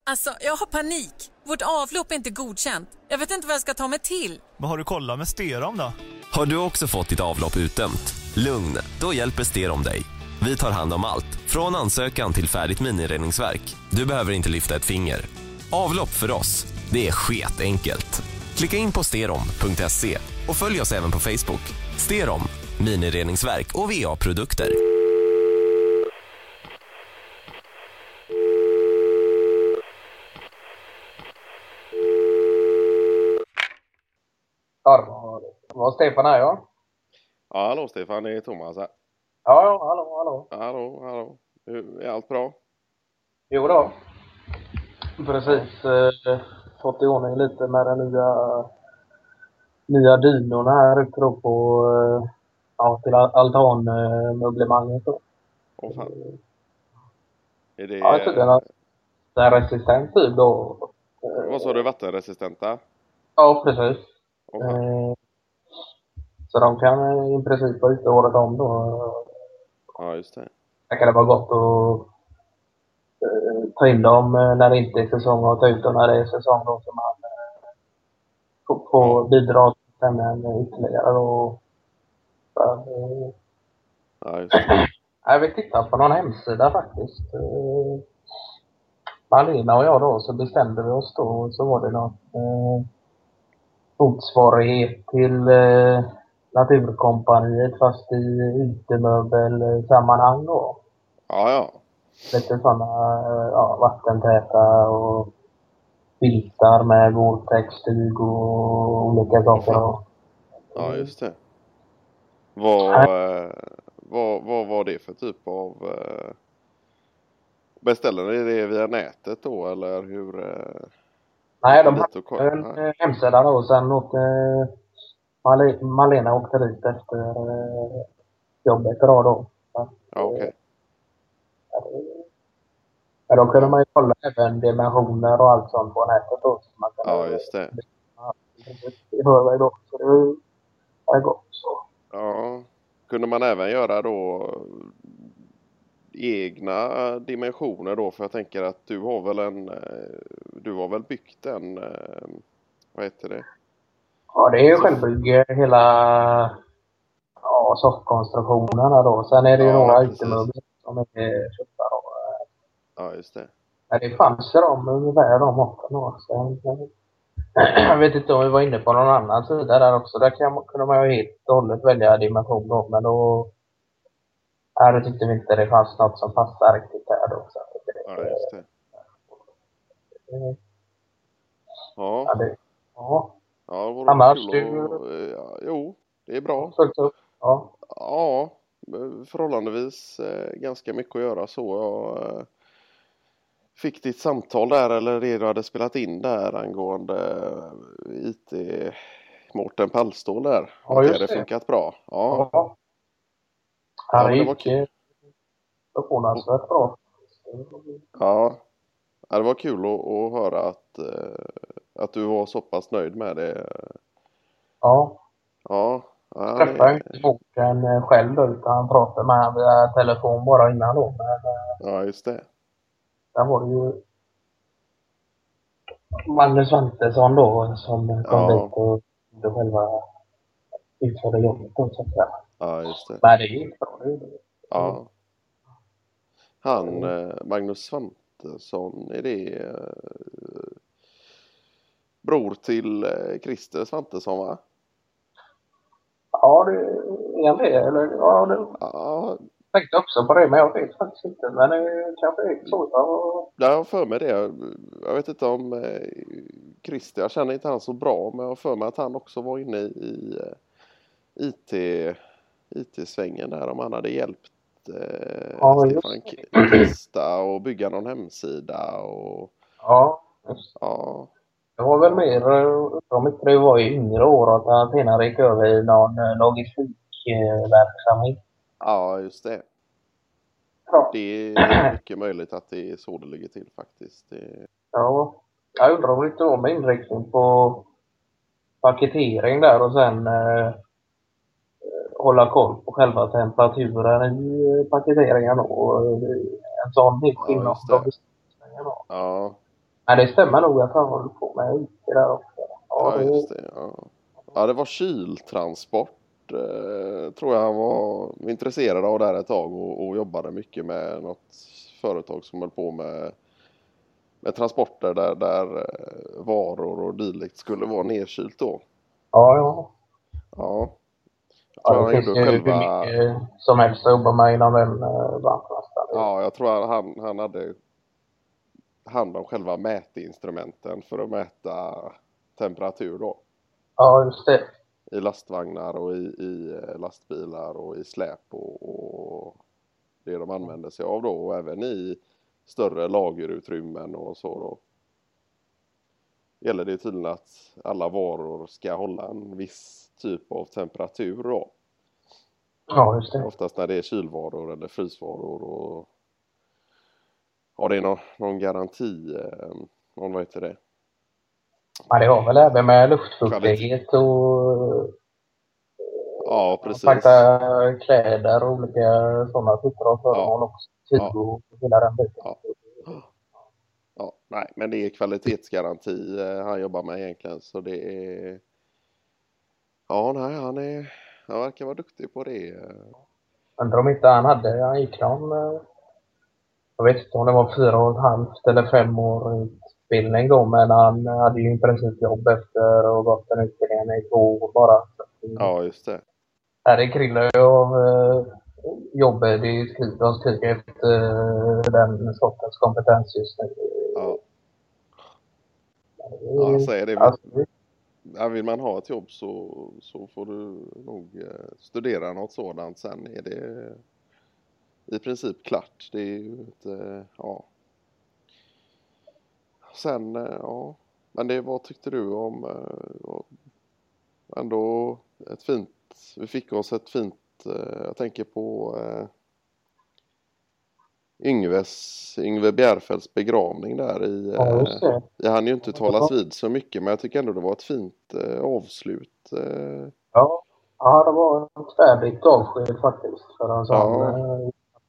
Alltså, jag har panik. Vårt avlopp är inte godkänt. Jag vet inte vad jag ska ta mig till. Men har du kollat med Sterom då? Har du också fått ditt avlopp utdömt? Lugn, då hjälper Sterom dig. Vi tar hand om allt, från ansökan till färdigt minireningsverk. Du behöver inte lyfta ett finger. Avlopp för oss, det är skitenkelt. Klicka in på sterom.se och följ oss även på Facebook. Sterom, minireningsverk och VA-produkter. Ja, vad Stefan är jag? Ja, hallå Stefan, det är Thomas här. Ja, hallå. Hallå. Är allt bra? Jo då. Precis fått i ordning lite med den nya dynorna här ute då på till altanmöblemanget då. Åh fan. Är det... Ja, tydligen att det är resistent typ då. Vad sa du, vattenresistenta? Ja, precis. Åh fan. Så de kan i princip vara ute året om då. Ja, just det. Det kan det vara gott att ta in dem när det inte är säsong och ta ut dem när det är säsong då, så man får bidra till den ytterligare då. Ja, just det. Jag vill titta på någon hemsida faktiskt. Malena och jag då, så bestämde vi oss då, och så var det någon motsvarighet till Naturkompaniet fast i utemöbelsammanhang då. Ja. Lite sådana vattentäta och filtar med Gore-Tex-tyg och olika saker. Ja, just det. Vad var det för typ av... Beställer ni det via nätet då, eller hur? Nej, de hade en hemsida då, och sen åkte Malena åkte dit efter jobbet idag då. Ja, okej. Ja, då kunde man ju kolla även dimensioner och allt sånt på nätet då. Så man kan just det. Det hör jag då, så det är gott så. Ja, kunde man även göra då egna dimensioner då, för jag tänker att du har väl byggt en, vad heter det? Ja, det är ju självbygge hela soffkonstruktionerna då. Sen är det ju några utemöbler som är köpta då. Ja, just det. Ja, det fanns ju ungefär de också då. Jag vet inte om vi var inne på någon annan sida där också. Där kunde man ju helt och hållet välja dimension då, men då tyckte vi inte det fanns något som passade riktigt där då. Så ja, just det. Ja, annars jo, det är bra. Ja, förhållandevis ganska mycket att göra så. Jag fick ditt samtal där, eller det du hade spelat in där angående IT Mårten Pallstål där. Ja, det just hade funkat bra. Ja. Ja, det var kul. Förvånansvärt bra. Ja, det var kul att höra att du var så pass nöjd med det. Ja. Ja. Jag träffade inte Mårten själv då, utan han pratade med honom via telefon bara innan då. Ja, just det. Där var det ju Magnus Svantesson då som kom dit och själva utförde jobbet då, så att säga. Ja, just det. Men det gick bra. Ja. Han, Magnus Svantesson, är det bror till Christer Svantesson, va? Ja, det är det, eller? Ja. Jag tänkte också på det, men jag vet faktiskt inte. Men det kanske är så. Jag har för mig det. Jag vet inte om Christer, jag känner inte han så bra, men jag har för mig att han också var inne i IT-svängen där, om han hade hjälpt Stefan Kista och bygga någon hemsida och... Ja. Det var väl mer, om inte det var i yngre år, att han senare gick över i någon logistikverksamhet. Ja, just det. Ja. Det är mycket möjligt att det är så det ligger till faktiskt. Ja, jag undrar om det inte var med inriktning på paketering där och sen hålla koll på själva temperaturen i paketeringen och en sån nisch inom logistiken. Ja. Men det stämmer nog att han håller på med IT där också. Ja, just det. Ja, det var kyltransport. Tror jag han var intresserad av där ett tag och jobbade mycket med något företag som höll på med transporter där varor och dylikt skulle vara nedkylt då. Ja. Ja. Ja, det finns ju hur mycket som helst att jobba med inom den branschen. Ja, jag tror han hade hand om själva mätinstrumenten för att mäta temperatur då. Ja, just det. I lastvagnar och i lastbilar och i släp och det de använder sig av då. Och även i större lagerutrymmen och så då. Gäller det tydligen att alla varor ska hålla en viss typ av temperatur då. Ja, just det. Oftast när det är kylvaror eller frysvaror och har det någon garanti, vad heter det? Ja, det har väl även med luftfuktighet och ja, precis. fakta kläder och olika sådana typer av föremål också. Och hela den biten. Ja, nej, men det är kvalitetsgaranti han jobbar med egentligen, så det är han verkar vara duktig på det. Undrar om inte han gick någon, jag vet inte om det var 4,5 eller 5 år utbildning då, men han hade ju i princip jobb efter och gått den utbildningen i 2 år bara. Ja, just det. Det kryllar ju av jobbet, de skriver efter den sortens kompetens just nu. Ja. Ja, säger det. Vill man ha ett jobb så får du nog studera något sådant. Sen är det i princip klart. Det är ju inte, Sen, Men vad tyckte du om ändå ett fint, vi fick oss ett fint, jag tänker på Yngve Bjärfeldts begravning där i jag hann ju inte talas vid så mycket, men jag tycker ändå det var ett fint avslut. Ja, det var ett färdigt avsked faktiskt för en sån.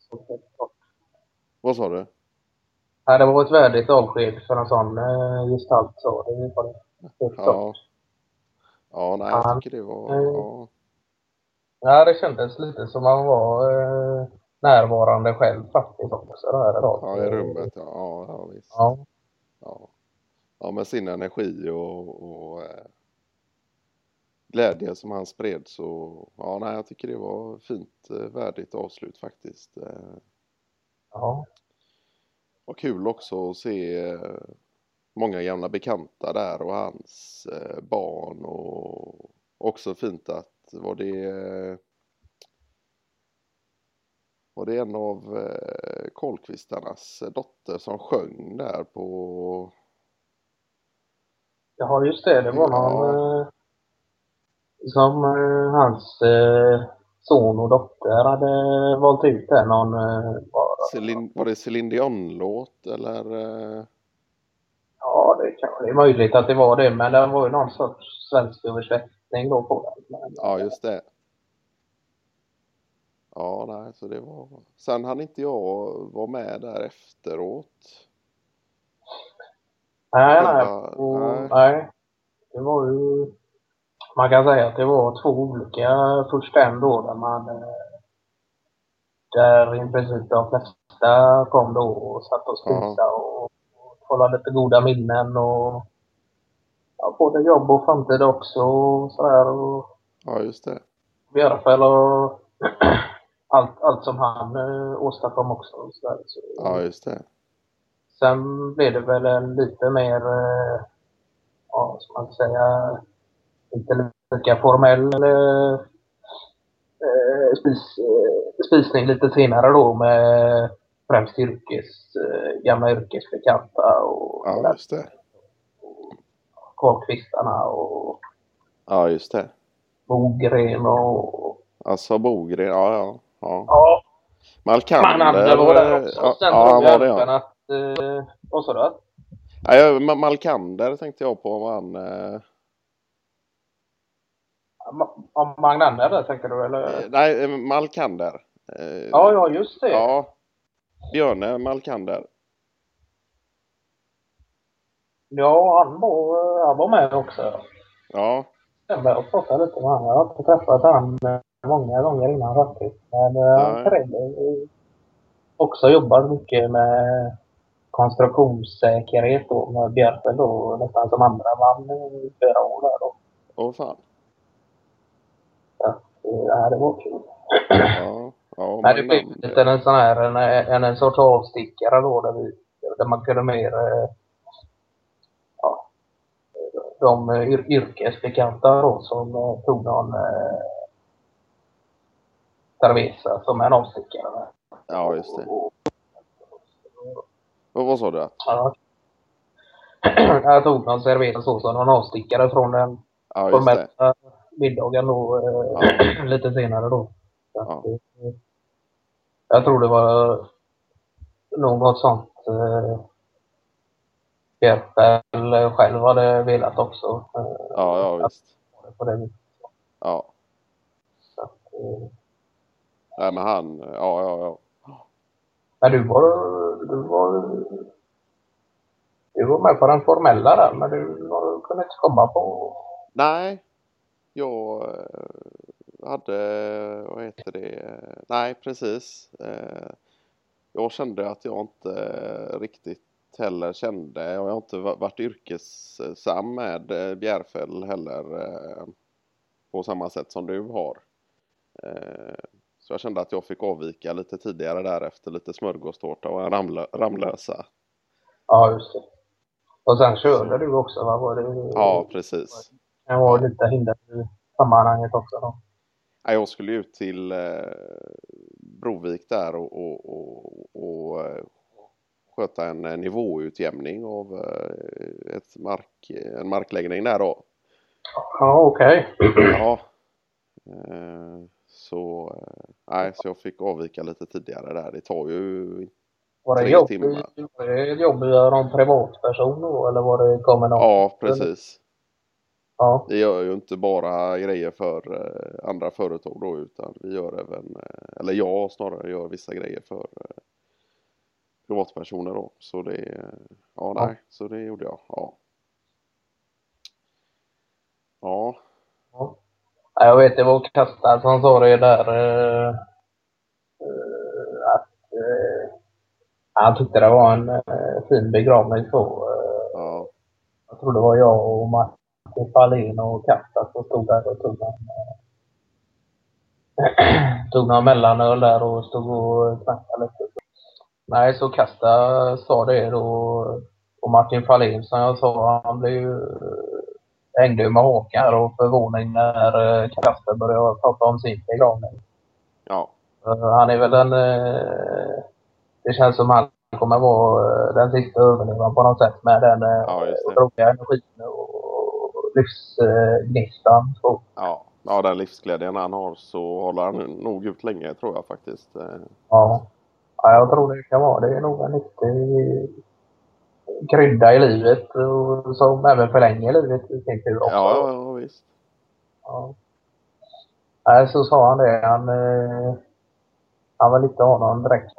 Vad sa du? Ja, det var ett värdigt avsked för en sån gestalt, så det var det. Ja, nej, jag tycker det var Ja, det kändes lite som man var närvarande själv faktiskt också där idag. Ja, i rummet, ja visst. Ja, med sin energi och glädje som han spred, så jag tycker det var fint, värdigt avslut faktiskt. Ja. Och kul också att se många gamla bekanta där och hans barn, och också fint att var det en av Kollqvistarnas dotter som sjöng där på... Ja, just det. Det var någon som hans son och dotter hade valt ut där. Var det Céline Dion-låt eller? Ja, det är möjligt att det var det, men det var ju någon sorts svensk översättning då på den. Ja, just det. Ja, nej, så det var... Sen hann inte jag vara med där efteråt. Nej. Det var ju... Man kan säga att det var 2 olika. Först en då där i princip de flesta kom då och satt och spisa och kollade lite goda minnen och både jobb och framtid också och sådär. Ja, just det. Björfäll och allt som han åstadkom också. Så. Ja, just det. Sen blev det väl en lite mer, som man säga, inte lika formell spisning lite senare då med främst gamla yrkesbekanta och just det. Kollqvistarna och just det. Bogren och... Alltså Bogren, ja. Malkander var där också. Sen var det att... vad sa du? Ja, Malkander tänkte jag på om han... Om Magnander där tänkte du, eller? Nej, Malkander. Ja, just det. Ja, Björne Malkander. Ja, han var med också. Ja. Jag pratade lite med honom. Jag har inte träffat honom många gånger innan faktiskt. Men han också jobbat mycket med konstruktionssäkerhet då med Bjärfel då, nästan som andra man i 4 år där då. Åh fan. Så det var kul. Ja, men det blev lite en sån här, en sorts avstickare då där man kunde mer de yrkesbekanta då som tog någon cerveza som en avstickare. Ja, just det. Och vad sa du? Ja. Jag tog någon cerveza så som någon avstickare från den formella middagen då lite senare då. Ja. Jag tror det var något sånt Björkfäll själv hade velat också. Ja, visst. På det viset. Ja. Så att, nej, men han, ja. Men du var med på den formella där, men du kunde inte komma på. Nej, jag hade, vad heter det? Nej, precis. Jag kände att jag inte riktigt heller kände, och jag har inte varit yrkessam med Bjärfäll heller på samma sätt som du har. Så jag kände att jag fick avvika lite tidigare där efter lite smörgåstårta och en Ramlösa. Ja, just det. Och sen körde du också, va? Var det, ja, precis. Det var lite hinder i sammanhanget också då. Ja, jag skulle ut till Brovik där och sköta en nivåutjämning av en markläggning där då. Ja, okej. Ja. Så jag fick avvika lite tidigare där. Det tar ju 3 timmar. Var det ett jobb att göra en privatperson då, eller var det kommunalt? Ja, precis. Ja. Vi gör ju inte bara grejer för andra företag då, utan vi gör även, eller jag snarare gör vissa grejer för privatpersoner då. Så det, så det gjorde jag, ja. Jag vet, det var Kasta som sa det där att han tyckte det var en fin begravning så. Jag tror det var jag och Martin Fahlin och Kasta som stod där och tog någon mellanöl där och stod och snackade lite. Nej, så Kasta sa det då, och Martin Fahlin som jag sa, han blev ju hängde ju med hakan här och förvåning när Kasta började prata om sin begravning. Ja. Han är väl det känns som han kommer vara den sista överlevaren på något sätt med den otroliga energin och livsgnistan. Ja, den livsglädjen han har, så håller han nog ut länge, tror jag faktiskt. Ja, jag tror det kan vara. Det är nog en riktig krydda i livet och som även förlänger livet i sin tur också. Ja, visst. Ja. Så sa han det. Han var lite av någon direkt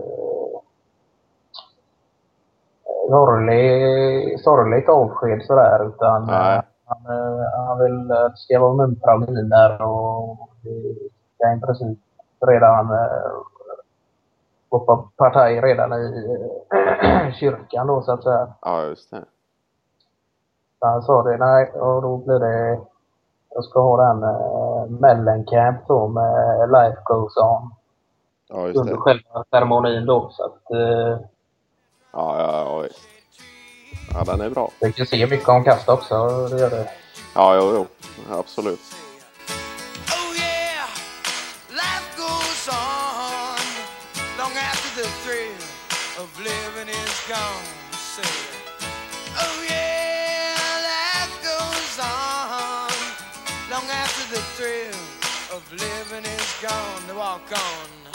sorgligt avsked sådär, utan han vill skriva muntra miner och det är i princip redan gå på parti redan i kyrkan då, så att säga. Ja, just det. Så han sa det, nej, och då blir det, jag ska ha den Mellencamp då med Life Goes On. Ja, just det. Under själva ceremonin då, så att ja, visst. Ja, den är bra. Vi kan se mycket om Kasta också, det gör det. Ja, jo, absolut. Oh yeah, life goes on long after the thrill of living is gone. Say, oh yeah, life goes on long after the thrill of living is gone. To walk on.